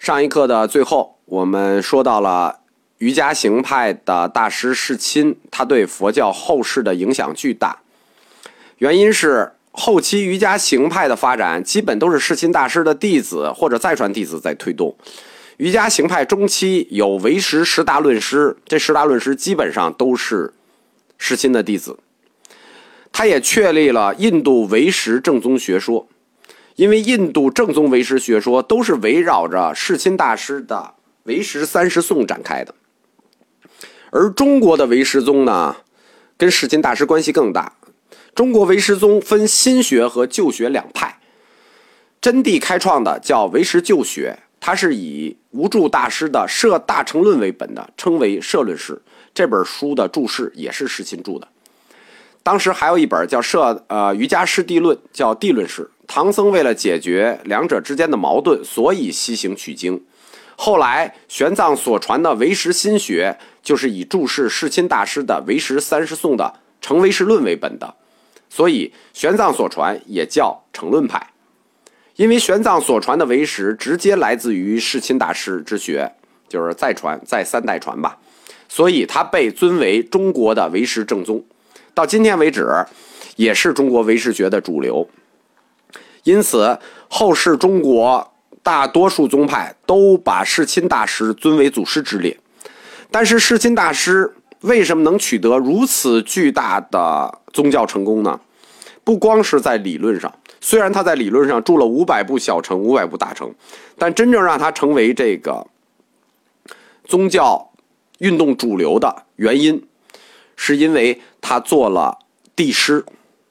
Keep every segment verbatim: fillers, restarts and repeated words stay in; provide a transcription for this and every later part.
上一课的最后，我们说到了瑜伽行派的大师世亲，他对佛教后世的影响巨大。原因是后期瑜伽行派的发展基本都是世亲大师的弟子或者再传弟子在推动。瑜伽行派中期有唯识十大论师，这十大论师基本上都是世亲的弟子。他也确立了印度唯识正宗学说，因为印度正宗唯识学说都是围绕着世亲大师的唯识三十颂展开的。而中国的唯识宗呢，跟世亲大师关系更大。中国唯识宗分新学和旧学两派，真谛开创的叫唯识旧学，它是以无著大师的《摄大乘论》为本的，称为摄论释。这本书的注释也是世亲著的。当时还有一本叫《摄呃瑜伽师地论》，叫地论释。唐僧为了解决两者之间的矛盾，所以西行取经。后来玄奘所传的唯识新学，就是以注释世亲大师的唯识三十颂的《成唯识论》为本的，所以玄奘所传也叫成论派。因为玄奘所传的唯识直接来自于世亲大师之学，就是再传再三代传吧，所以他被尊为中国的唯识正宗，到今天为止也是中国唯识学的主流。因此后世中国大多数宗派都把世亲大师尊为祖师之列。但是世亲大师为什么能取得如此巨大的宗教成功呢？不光是在理论上，虽然他在理论上著了五百部小乘五百部大乘，但真正让他成为这个宗教运动主流的原因，是因为他做了帝师。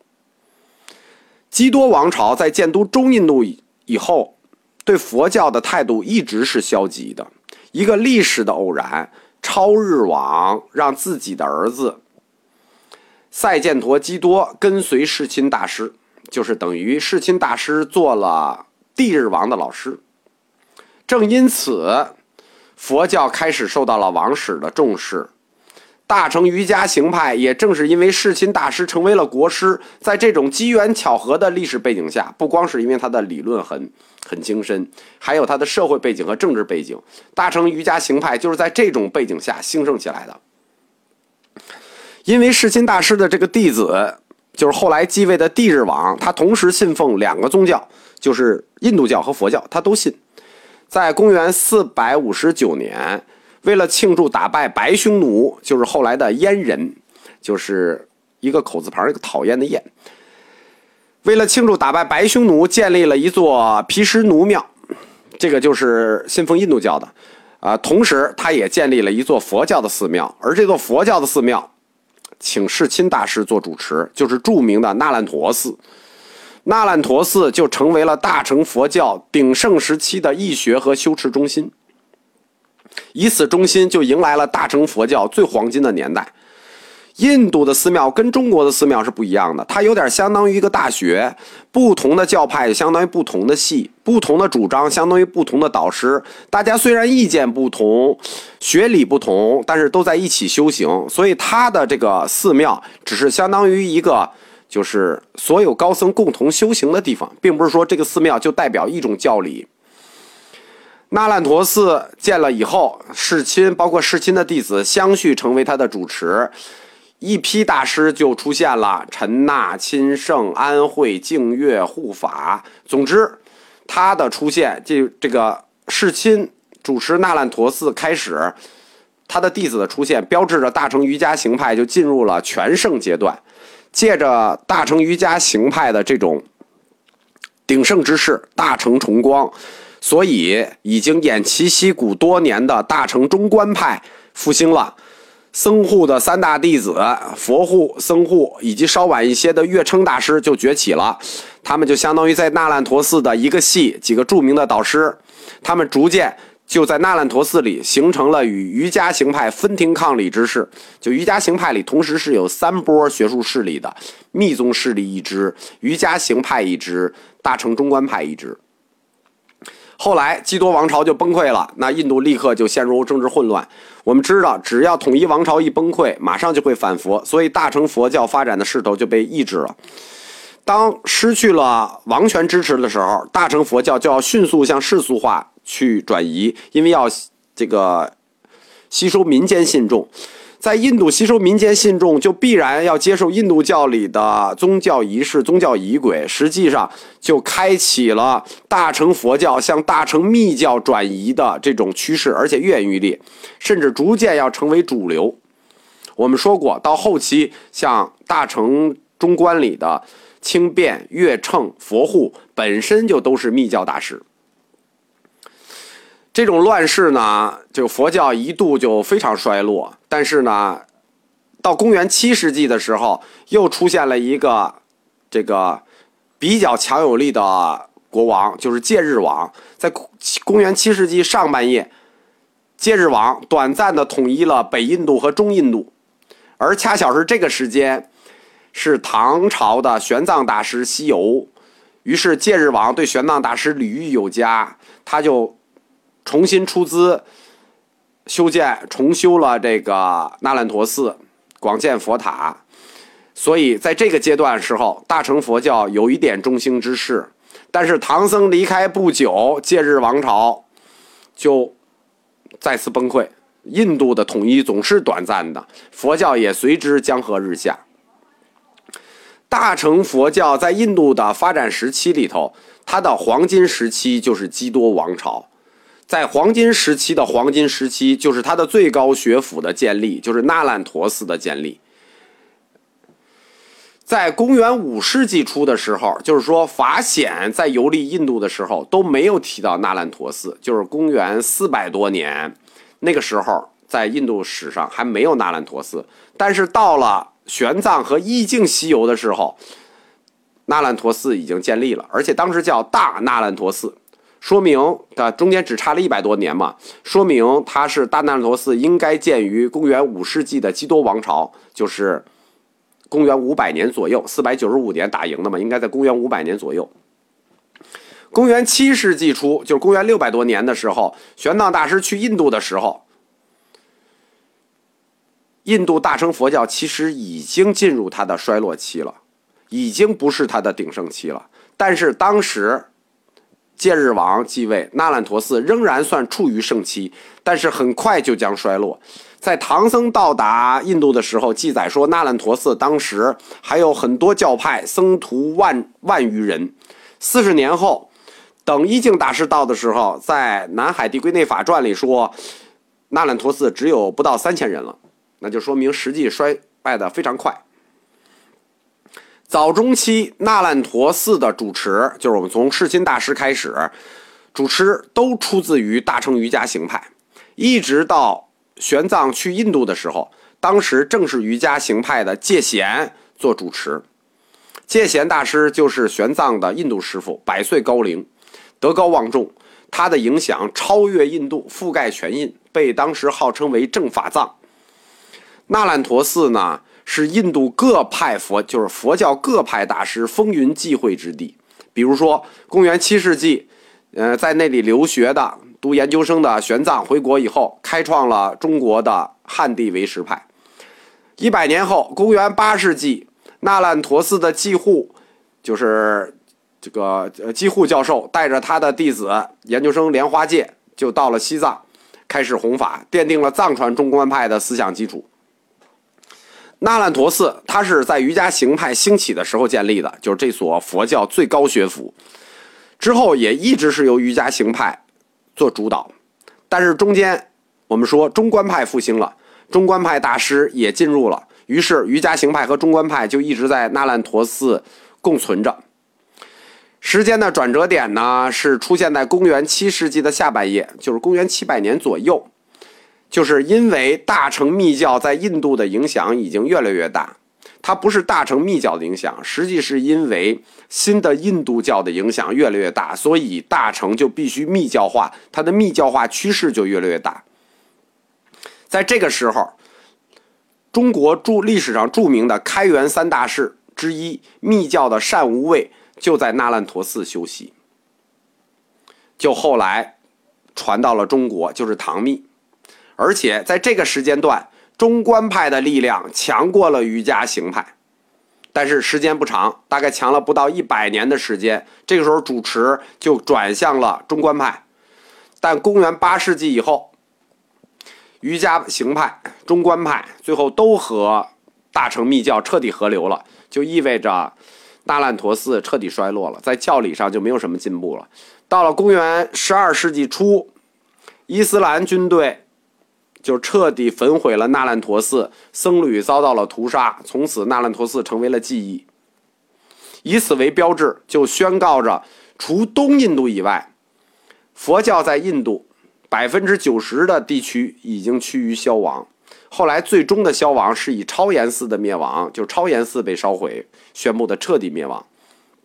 基多王朝在建都中印度以后，对佛教的态度一直是消极的。一个历史的偶然，超日王让自己的儿子赛犍陀基多跟随世亲大师，就是等于世亲大师做了帝日王的老师。正因此，佛教开始受到了王室的重视。大乘瑜伽行派也正是因为世亲大师成为了国师，在这种机缘巧合的历史背景下，不光是因为他的理论很很精深，还有他的社会背景和政治背景，大乘瑜伽行派就是在这种背景下兴盛起来的。因为世亲大师的这个弟子，就是后来继位的帝日王，他同时信奉两个宗教，就是印度教和佛教，他都信。在公元四百五十九年，为了庆祝打败白匈奴，就是后来的燕人，就是一个口字旁一个讨厌的厌，为了庆祝打败白匈奴，建立了一座毗湿奴庙，这个就是信奉印度教的啊。同时他也建立了一座佛教的寺庙，而这座佛教的寺庙请世亲大师做主持，就是著名的那烂陀寺。那烂陀寺就成为了大乘佛教鼎盛时期的义学和修持中心，以此中心就迎来了大乘佛教最黄金的年代。印度的寺庙跟中国的寺庙是不一样的，它有点相当于一个大学，不同的教派相当于不同的系，不同的主张相当于不同的导师，大家虽然意见不同，学理不同，但是都在一起修行，所以它的这个寺庙只是相当于一个就是所有高僧共同修行的地方，并不是说这个寺庙就代表一种教理。那烂陀寺建了以后，世亲包括世亲的弟子相续成为他的主持，一批大师就出现了，陈那、钦圣、安慧、净月、护法。总之他的出现，这这个世亲主持那烂陀寺开始，他的弟子的出现标志着大乘瑜伽行派就进入了全盛阶段。借着大乘瑜伽行派的这种鼎盛之势，大乘崇光，所以已经偃旗息鼓多年的大乘中观派复兴了。僧护的三大弟子佛护、僧护以及稍晚一些的月称大师就崛起了，他们就相当于在那烂陀寺的一个系几个著名的导师，他们逐渐就在那烂陀寺里形成了与瑜伽行派分庭抗礼之势。就瑜伽行派里同时是有三波学术势力的，密宗势力一支，瑜伽行派一支，大乘中观派一支。后来基多王朝就崩溃了，那印度立刻就陷入政治混乱。我们知道只要统一王朝一崩溃，马上就会反佛，所以大乘佛教发展的势头就被抑制了。当失去了王权支持的时候，大乘佛教就要迅速向世俗化去转移，因为要这个吸收民间信众。在印度吸收民间信众，就必然要接受印度教里的宗教仪式、宗教仪轨，实际上就开启了大乘佛教向大乘密教转移的这种趋势，而且愈演愈烈，甚至逐渐要成为主流。我们说过，到后期像大乘中观里的清辩、月称、佛护本身就都是密教大师。这种乱世呢，就佛教一度就非常衰落，但是呢，到公元七世纪的时候，又出现了一个这个比较强有力的国王，就是戒日王。在公元七世纪上半叶，戒日王短暂的统一了北印度和中印度，而恰巧是这个时间，是唐朝的玄奘大师西游，于是戒日王对玄奘大师礼遇有加，他就重新出资修建重修了这个那烂陀寺，广建佛塔。所以在这个阶段时候，大乘佛教有一点中兴之势。但是唐僧离开不久，戒日王朝就再次崩溃，印度的统一总是短暂的，佛教也随之江河日下。大乘佛教在印度的发展时期里头，它的黄金时期就是基多王朝。在黄金时期的黄金时期，就是它的最高学府的建立，就是那烂陀寺的建立。在公元五世纪初的时候，就是说法显在游历印度的时候都没有提到那烂陀寺，就是公元四百多年，那个时候在印度史上还没有那烂陀寺。但是到了玄奘和义净西游的时候，那烂陀寺已经建立了，而且当时叫大那烂陀寺。说明的中间只差了一百多年嘛，说明它是大那烂陀寺应该建于公元五世纪的基多王朝，就是公元五百年左右，四百九十五年打赢的嘛，应该在公元五百年左右。公元七世纪初，就是公元六百多年的时候，玄奘大师去印度的时候，印度大乘佛教其实已经进入它的衰落期了，已经不是它的鼎盛期了。但是当时戒日王继位，那烂陀寺仍然算处于盛期，但是很快就将衰落。在唐僧到达印度的时候，记载说那烂陀寺当时还有很多教派，僧徒万万余人。四十年后，等义净大师到的时候，在《南海地归内法传》里说，那烂陀寺只有不到三千人了，那就说明实际衰败的非常快。早中期那烂陀寺的主持，就是我们从世亲大师开始，主持都出自于大乘瑜伽行派，一直到玄奘去印度的时候，当时正是瑜伽行派的戒贤做主持。戒贤大师就是玄奘的印度师傅，百岁高龄，德高望重，他的影响超越印度，覆盖全印，被当时号称为正法藏。那烂陀寺呢，是印度各派佛，就是佛教各派大师风云际会之地。比如说公元七世纪，呃，在那里留学的读研究生的玄奘回国以后，开创了中国的汉地唯识派。一百年后，公元八世纪，那烂陀寺的济护，就是这个济护教授，带着他的弟子研究生莲花戒，就到了西藏，开始弘法，奠定了藏传中观派的思想基础。那烂陀寺它是在瑜伽行派兴起的时候建立的，就是这所佛教最高学府，之后也一直是由瑜伽行派做主导。但是中间我们说中观派复兴了，中观派大师也进入了，于是瑜伽行派和中观派就一直在那烂陀寺共存着。时间的转折点呢，是出现在公元七世纪的下半叶，就是公元七百年左右。就是因为大乘密教在印度的影响已经越来越大，它不是大乘密教的影响，实际是因为新的印度教的影响越来越大，所以大乘就必须密教化，它的密教化趋势就越来越大。在这个时候，中国著历史上著名的开元三大士之一密教的善无畏就在那烂陀寺修习，就后来传到了中国，就是唐密。而且在这个时间段，中观派的力量强过了瑜伽行派，但是时间不长，大概强了不到一百年的时间。这个时候主持就转向了中观派。 但公元八世纪以后，瑜伽行派、中观派最后都和大乘密教彻底合流了，就意味着那烂陀寺彻底衰落了，在教理上就没有什么进步了。到了公元十二世纪初，伊斯兰军队就彻底焚毁了那烂陀寺，僧侣遭到了屠杀，从此那烂陀寺成为了记忆。以此为标志，就宣告着除东印度以外，佛教在印度百分之九十的地区已经趋于消亡。后来最终的消亡是以超延寺的灭亡，就超延寺被烧毁，宣布的彻底灭亡。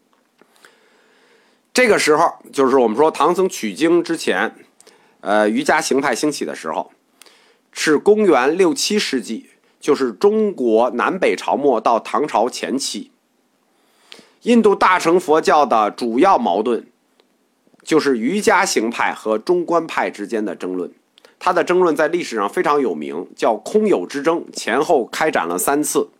这个时候就是我们说唐僧取经之前，呃，瑜伽行派兴起的时候，是公元六七世纪，就是中国南北朝末到唐朝前期。印度大乘佛教的主要矛盾就是瑜伽行派和中观派之间的争论。它的争论在历史上非常有名，叫空有之争，前后开展了三次。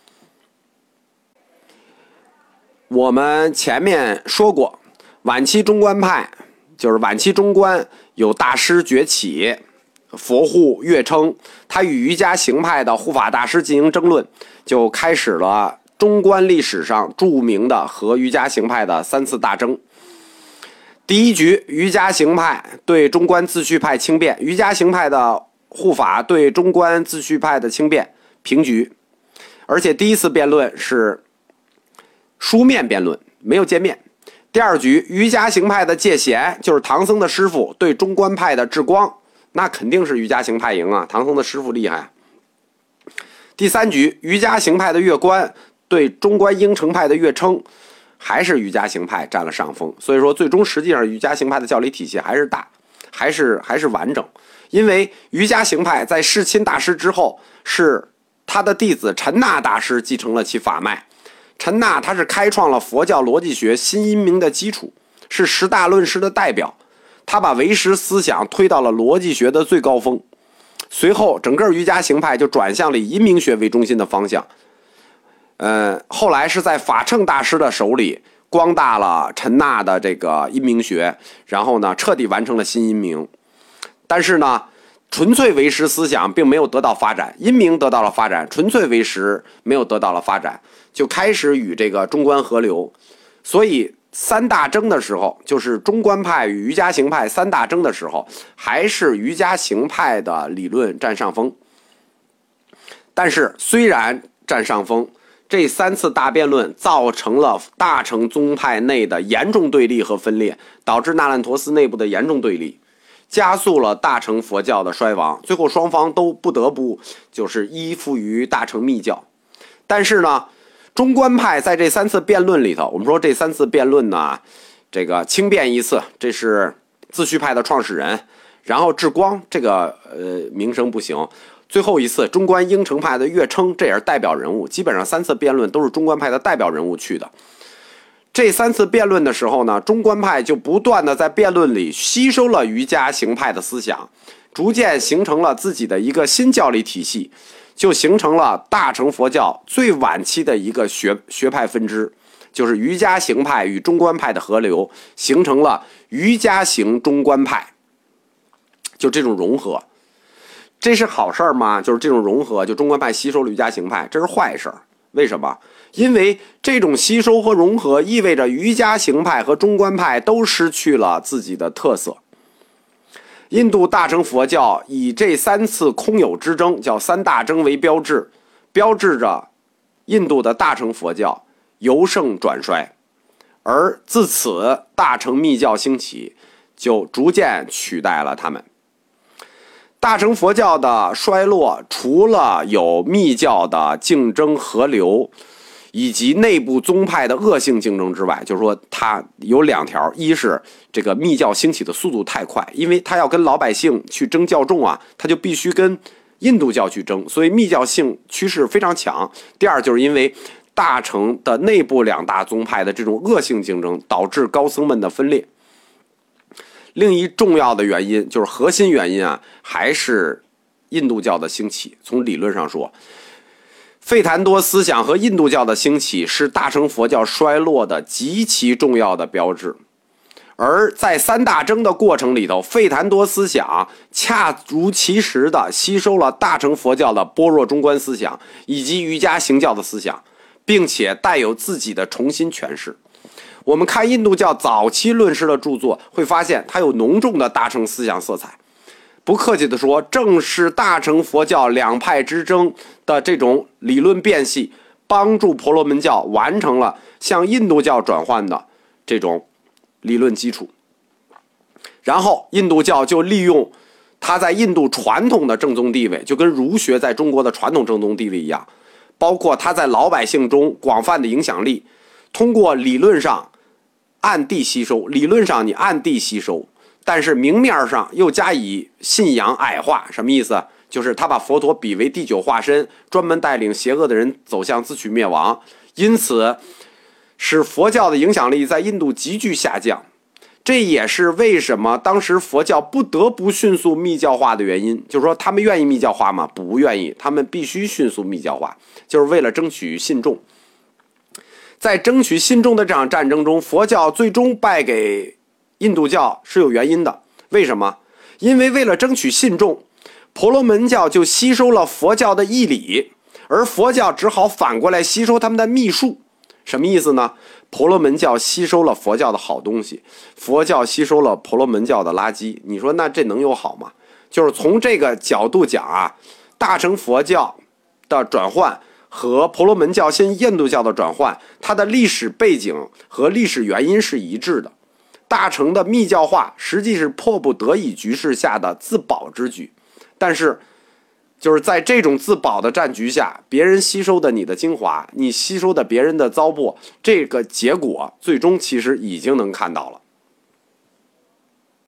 我们前面说过，晚期中观派就是晚期中观有大师崛起，佛护跃称，他与瑜伽行派的护法大师进行争论，就开始了中观历史上著名的和瑜伽行派的三次大争。第一局，瑜伽行派对中观自续派轻辩，瑜伽行派的护法对中观自续派的轻辩，平局。而且第一次辩论是书面辩论，没有见面。第二局，瑜伽行派的戒贤，就是唐僧的师傅，对中观派的智光，那肯定是瑜伽行派赢啊，唐僧的师傅厉害。第三局，瑜伽行派的月观对中观应成派的月称，还是瑜伽行派占了上风。所以说最终实际上瑜伽行派的教理体系还是大，还是还是完整。因为瑜伽行派在世亲大师之后，是他的弟子陈那大师继承了其法脉。陈那他是开创了佛教逻辑学新因明的基础，是十大论师的代表，他把唯识思想推到了逻辑学的最高峰。随后整个瑜伽行派就转向了以因明学为中心的方向。呃，后来是在法乘大师的手里光大了陈那的这个因明学，然后呢彻底完成了新因明。但是呢纯粹唯识思想并没有得到发展，因明得到了发展，纯粹唯识没有得到了发展，就开始与这个中观合流。所以三大争的时候，就是中观派与瑜伽行派三大争的时候，还是瑜伽行派的理论占上风。但是虽然占上风，这三次大辩论造成了大乘宗派内的严重对立和分裂，导致那烂陀寺内部的严重对立，加速了大乘佛教的衰亡。最后双方都不得不就是依附于大乘密教。但是呢中观派在这三次辩论里头，我们说这三次辩论呢，这个轻辩一次，这是自续派的创始人，然后智光这个呃名声不行，最后一次中观应成派的月称，这也是代表人物，基本上三次辩论都是中观派的代表人物去的。这三次辩论的时候呢，中观派就不断的在辩论里吸收了瑜伽行派的思想，逐渐形成了自己的一个新教理体系，就形成了大乘佛教最晚期的一个学学派分支，就是瑜伽行派与中观派的合流，形成了瑜伽行中观派，就这种融合。这是好事吗？就是这种融合，就中观派吸收了瑜伽行派，这是坏事。为什么？因为这种吸收和融合意味着瑜伽行派和中观派都失去了自己的特色。印度大乘佛教以这三次空有之争，叫三大争为标志，标志着印度的大乘佛教由盛转衰，而自此大乘密教兴起，就逐渐取代了他们。大乘佛教的衰落，除了有密教的竞争合流，以及内部宗派的恶性竞争之外，就是说它有两条，一是这个密教兴起的速度太快，因为它要跟老百姓去争教众啊，它就必须跟印度教去争，所以密教性趋势非常强。第二就是因为大乘的内部两大宗派的这种恶性竞争，导致高僧们的分裂。另一重要的原因，就是核心原因啊，还是印度教的兴起。从理论上说，费檀多思想和印度教的兴起是大乘佛教衰落的极其重要的标志。 而在三大征的过程里头，费檀多思想恰如其时地吸收了大乘佛教的般若中观思想以及瑜伽行教的思想，并且带有自己的重新诠释。我们看印度教早期论师的著作，会发现它有浓重的大乘思想色彩。不客气地说，正是大乘佛教两派之争的这种理论辨析，帮助婆罗门教完成了向印度教转换的这种理论基础。然后印度教就利用它在印度传统的正宗地位，就跟儒学在中国的传统正宗地位一样，包括它在老百姓中广泛的影响力，通过理论上暗地吸收，理论上你暗地吸收，但是明面上又加以信仰矮化。什么意思？就是他把佛陀比为第九化身，专门带领邪恶的人走向自取灭亡，因此使佛教的影响力在印度急剧下降。这也是为什么当时佛教不得不迅速密教化的原因。就是说他们愿意密教化吗？不愿意，他们必须迅速密教化，就是为了争取信众。在争取信众的这场战争中，佛教最终败给印度教是有原因的。为什么？因为为了争取信众，婆罗门教就吸收了佛教的义理，而佛教只好反过来吸收他们的秘术。什么意思呢？婆罗门教吸收了佛教的好东西，佛教吸收了婆罗门教的垃圾。你说那这能有好吗？就是从这个角度讲啊，大乘佛教的转换和婆罗门教新印度教的转换，它的历史背景和历史原因是一致的。大乘的密教化实际是迫不得已局势下的自保之举，但是就是在这种自保的战局下，别人吸收的你的精华，你吸收的别人的糟粕，这个结果最终其实已经能看到了。